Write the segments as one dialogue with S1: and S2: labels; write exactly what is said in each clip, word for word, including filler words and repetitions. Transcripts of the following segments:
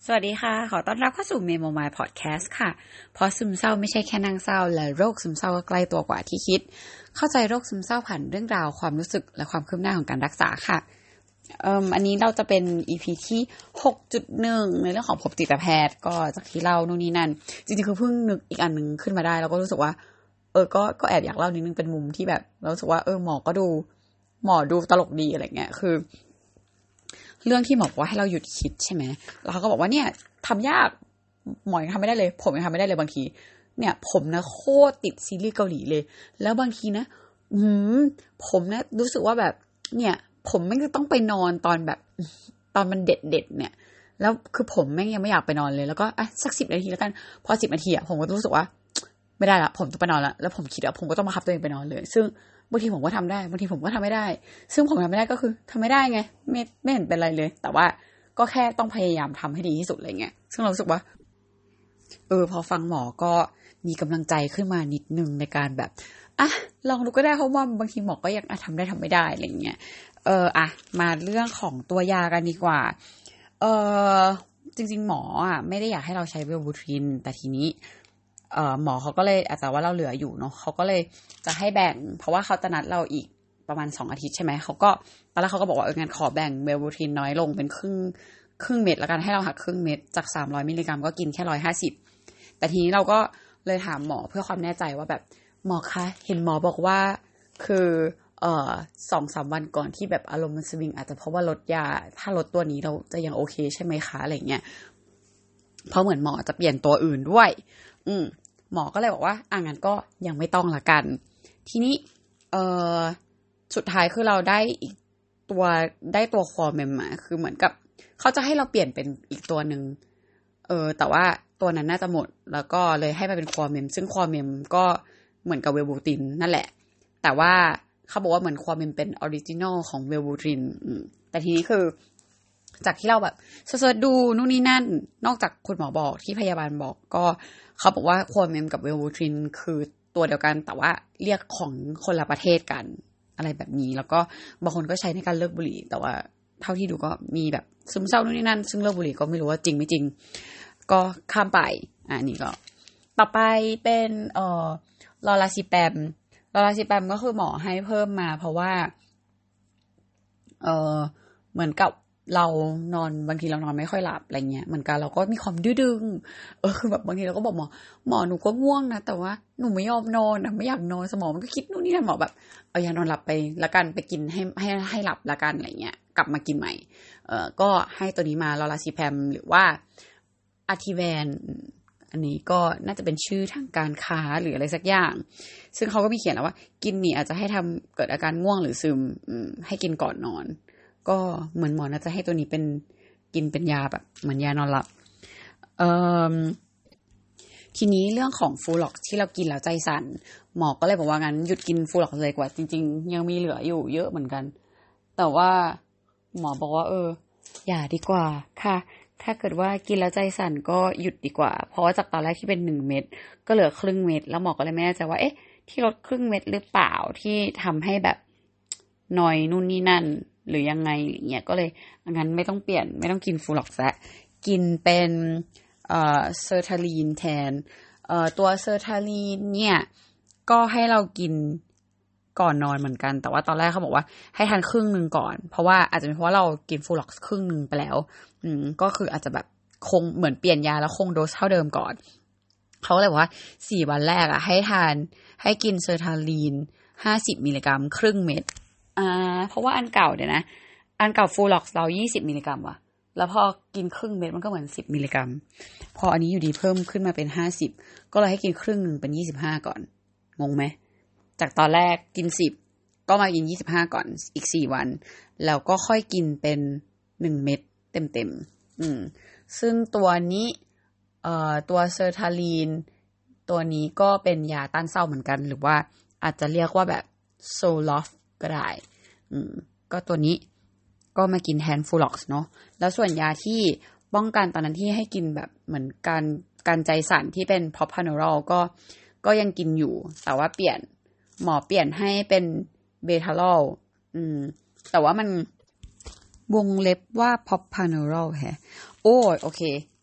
S1: สวัสดีค่ะขอต้อนรับเข้าสู่เมโมมายพอดแคสต์ค่ะเพราะซึมเศร้าไม่ใช่แค่นั่งเศร้าและโรคซึมเศร้าก็ใกล้ตัวกว่าที่คิดเข้าใจโรคซึมเศร้าผ่านเรื่องราวความรู้สึกและความคืบหน้าของการรักษาค่ะเอ่ออันนี้เราจะเป็น อี พี ที่ หกจุดหนึ่ง ในเรื่องของพบจิตแพทย์ก็จากที่เล่านู่นนี่นั่นจริงๆคือเพิ่งนึกอีกอันนึงขึ้นมาได้แล้วก็รู้สึกว่าเออก็ก็แอบอยากเล่านิดนึงเป็นมุมที่แบบเรารู้สึกว่าเออหมอก็ดูหมอดูตลกดีอะไรเงี้ยคือเรื่องที่หมอบอกว่าให้เราหยุดคิดใช่ไหมแล้วเขาก็บอกว่าเนี่ยทำยากหมอยังทำไม่ได้เลยผมยังทำไม่ได้เลยบางทีเนี่ยผมนะโคตรติดซีรีส์เกาหลีเลยแล้วบางทีนะอืมผมนะรู้สึกว่าแบบเนี่ยผมไม่ต้องไปนอนตอนแบบตอนมันเด็ดเด็ดเนี่ยแล้วคือผมแม่งยังไม่อยากไปนอนเลยแล้วก็อ่ะสักสิบนาทีแล้วกันพอสิบนาทีอ่ะผมก็รู้สึกว่าไม่ได้ละผมต้องไปนอนละแล้วผมคิดว่าผมก็ต้องบังคับตัวเองไปนอนเลยซึ่งบางทีผมก็ทำได้บางทีผมก็ทำไม่ได้ซึ่งผมทำไม่ได้ก็คือทำไม่ได้ไงไม่ไม่เห็นเป็นไรเลยแต่ว่าก็แค่ต้องพยายามทำให้ดีที่สุดอะไรเงี้ยซึ่งเรารู้สึกว่าเออพอฟังหมอก็มีกำลังใจขึ้นมานิดนึงในการแบบอ่ะลองดูก็ได้เพราะว่าบางทีหมอก็ยังทำได้ทำไม่ได้อะไรเงี้ยเอออ่ะมาเรื่องของตัวยากันดีกว่าเออจริงๆหมออ่ะไม่ได้อยากให้เราใช้เวลบูทรินแต่ทีนี้เอ่อหมอเขาก็เลยอาจจะว่าเราเหลืออยู่เนาะเขาก็เลยจะให้แบ่งเพราะว่าเขาจะนัดเราอีกประมาณสองอาทิตย์ใช่ไหมเขาก็ตอนแรกเขาก็บอกว่าเอองั้นขอแบ่งเวลบูทรินน้อยลงเป็นครึ่งครึ่งเม็ดแล้วกันให้เราหักครึ่งเม็ดจากสามร้อยมิลลิกรัมก็กินแค่หนึ่งร้อยห้าสิบแต่ทีนี้เราก็เลยถามหมอเพื่อความแน่ใจว่าแบบหมอคะเห็นหมอบอกว่าคือเอ่อ สองถึงสาม วันก่อนที่แบบอารมณ์มันสวิงอาจจะเพราะว่าลดยาถ้าลดตัวนี้เราจะยังโอเคใช่ไหมคะอะไรเงี้ยเพราะเหมือนหมอจะเปลี่ยนตัวอื่นด้วยอืมหมอก็เลยบอกว่าอ่ะงั้นก็ยังไม่ต้องละกันทีนี้เอ่อสุดท้ายคือเราได้อีกตัวได้ตัวคอเมมมาคือเหมือนกับเขาจะให้เราเปลี่ยนเป็นอีกตัวหนึ่งเออแต่ว่าตัวนั้นน่าจะหมดแล้วก็เลยให้มาเป็นควอเมมซึ่งควอเมมก็เหมือนกับเวลบูตินนั่นแหละแต่ว่าเขาบอกว่าเหมือนควอเมมเป็นออริจินอลของเวลบูตินแต่ทีนี้คือจากที่เราแบบเสิร์ชดูนู่นนี่นั่นนอกจากคุณหมอบอกที่พยาบาลบอกก็เขาบอกว่าควอเมมกับเวลบูตินคือตัวเดียวกันแต่ว่าเรียกของคนละประเทศกันอะไรแบบนี้แล้วก็บางคนก็ใช้ในการเลิกบุหรี่แต่ว่าเท่าที่ดูก็มีแบบซึมเศร้านู่นนี่นั่นซึ่งเลิกบุหรี่ก็ไม่รู้ว่าจริงไม่จริงก็ข้ามไปอ่านี่ก็ต่อไปเป็นเอ่อลอราซิแปมลอราซิแปมก็คือหมอให้เพิ่มมาเพราะว่าเออเหมือนกับเรานอนบางทีเรานอนไม่ค่อยหลับอะไรเงี้ยเหมือนกันเราก็มีความดื้อดึงเออคือแบบบางทีเราก็บอกหมอหมอหนูก็ง่วงนะแต่ว่าหนูไม่ยอมนอนนะไม่อยากนอนสมองมันก็คิดนู่นนี่นั่นหมอแบบเอายานอนหลับไปละกันไปกินให้ให้ให้หลับละกันอะไรเงี้ยกลับมากินใหม่เออก็ให้ตัวนี้มาลอราซิแพมหรือว่าอาทิแวนอันนี้ก็น่าจะเป็นชื่อทางการค้าหรืออะไรสักอย่างซึ่งเขาก็มีเขียนแล้วว่ากินนี่อาจจะให้ทำเกิดอาการง่วงหรือซึมให้กินก่อนนอนก็เหมือนหมอน่าจะให้ตัวนี้เป็นกินเป็นยาแบบเหมือนยานอนหลับเอ่อทีนี้เรื่องของฟูล็อกที่เรากินแล้วใจสั่นหมอก็เลยบอกว่างั้นหยุดกินฟูล็อกเลยกว่าจริงๆยังมีเหลืออยู่เยอะเหมือนกันแต่ว่าหมอบอกว่าเอออย่าดีกว่าค่ะถ้าเกิดว่ากินแล้วใจสั่นก็หยุดดีกว่าเพราะว่าจากตอนแรกที่เป็นหนึ่งเม็ดก็เหลือครึ่งเม็ดแล้วหมอก็เลยไม่แน่ใจว่าเอ๊ะที่ลดครึ่งเม็ดหรือเปล่าที่ทำให้แบบนอยนู่นนี่นั่นหรือยังไงอย่างเงี้ยก็เลยงั้นไม่ต้องเปลี่ยนไม่ต้องกินฟูล็อกแล้วกินเป็นเอ่อเซอร์ทาลีนแทนเอ่อตัวเซอร์ทาลีนเนี่ยก็ให้เรากินก่อนนอนเหมือนกันแต่ว่าตอนแรกเขาบอกว่าให้ทานครึ่งนึงก่อนเพราะว่าอาจจะเป็นเพราะว่าเรากินฟูล็อกครึ่งนึงไปแล้วอืมก็คืออาจจะแบบคงเหมือนเปลี่ยนยาแล้วคงโดสเท่าเดิมก่อนเขาเลยบอกว่าสี่วันแรกอ่ะให้ทานให้กินเซอร์ทาลีนห้าสิบมิลลิกรัมครึ่งเม็ดอ่าเพราะว่าอันเก่าเนี่ยนะอันเก่าฟูล็อกเรายี่สิบมิลลิกรัมว่ะแล้วพอกินครึ่งเม็ดมันก็เหมือนสิบมิลลิกรัมพออันนี้อยู่ดีเพิ่มขึ้นมาเป็นห้าสิบก็เลยให้กินครึ่งนึงเป็นยี่สิบห้าก่อนงงไหมจากตอนแรกกินสิบก็มากินยี่สิบห้าก่อนอีกสี่วันแล้วก็ค่อยกินเป็นหนึ่งเม็ดเต็มๆอืมซึ่งตัวนี้เอ่อตัวเซอร์ทาลีนตัวนี้ก็เป็นยาต้านเศร้าเหมือนกันหรือว่าอาจจะเรียกว่าแบบโซลอฟก็ได้อืมก็ตัวนี้ก็มากินแทนฟูล็อกซ์เนาะแล้วส่วนยาที่ป้องกันตอนนั้นที่ให้กินแบบเหมือนการการใจสั่นที่เป็นพอพาโนรอลก็ก็ยังกินอยู่แต่ว่าเปลี่ยนหมอเปลี่ยนให้เป็นเบทาลอลอืมแต่ว่ามันวงเล็บว่าพอพาโนรอลแฮะโอ้โอเค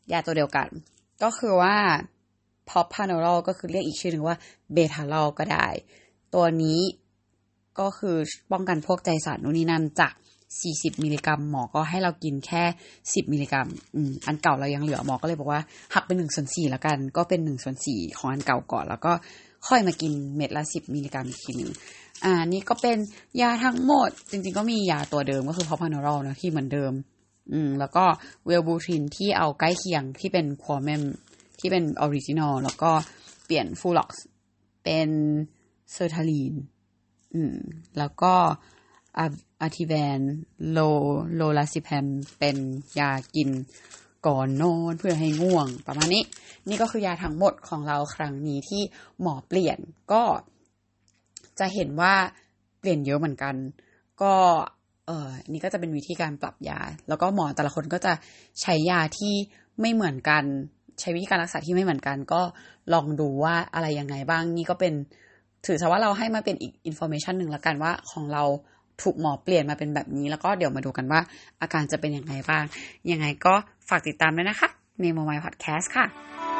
S1: ยาตัวเดียวกันก็คือว่า propranolol ก็คือเรียกอีกชื่อหนึ่งว่า betalol ก็ได้ตัวนี้ก็คือป้องกันพวกใจสั่นนู่นนี่นั่นจากสี่สิบมิลลิกรัมหมอก็ให้เรากินแค่สิบมิลลิกรัมอืมอันเก่าเรายังเหลือหมอก็เลยบอกว่าหักเป็นหนึ่งส่วนสี่แล้วกันก็เป็นหนึ่งส่วนสี่ของอันเก่าก่อนแล้วก็ค่อยมากินเม็ดละสิบมิลลิกรัมอีกทีนึงอ่านี่ก็เป็นยาทั้งหมดจริงๆก็มียาตัวเดิมก็คือ propranolol นะที่เหมือนเดิมอืมแล้วก็เวลบูทรินที่เอาใกล้เคียงที่เป็นควอเมมที่เป็นออริจินอลแล้วก็เปลี่ยนฟูล็อกซ์เป็นเซอร์ทาลีนอืมแล้วก็อาร์ทิแวนโลโลลาซิแพมเป็นยากินก่อนนอนเพื่อให้ง่วงประมาณนี้นี่ก็คือยาทั้งหมดของเราครั้งนี้ที่หมอเปลี่ยนก็จะเห็นว่าเปลี่ยนเยอะเหมือนกันก็เออนี่ก็จะเป็นวิธีการปรับยาแล้วก็หมอแต่ละคนก็จะใช้ยาที่ไม่เหมือนกันใช้วิธีการรักษาที่ไม่เหมือนกันก็ลองดูว่าอะไรยังไงบ้างนี่ก็เป็นถือซะว่าเราให้มาเป็นอีกอินโฟเมชันหนึ่งละกันว่าของเราถูกหมอเปลี่ยนมาเป็นแบบนี้แล้วก็เดี๋ยวมาดูกันว่าอาการจะเป็นยังไงบ้างยังไงก็ฝากติดตามด้วยนะคะใน Memo My Podcast ค่ะ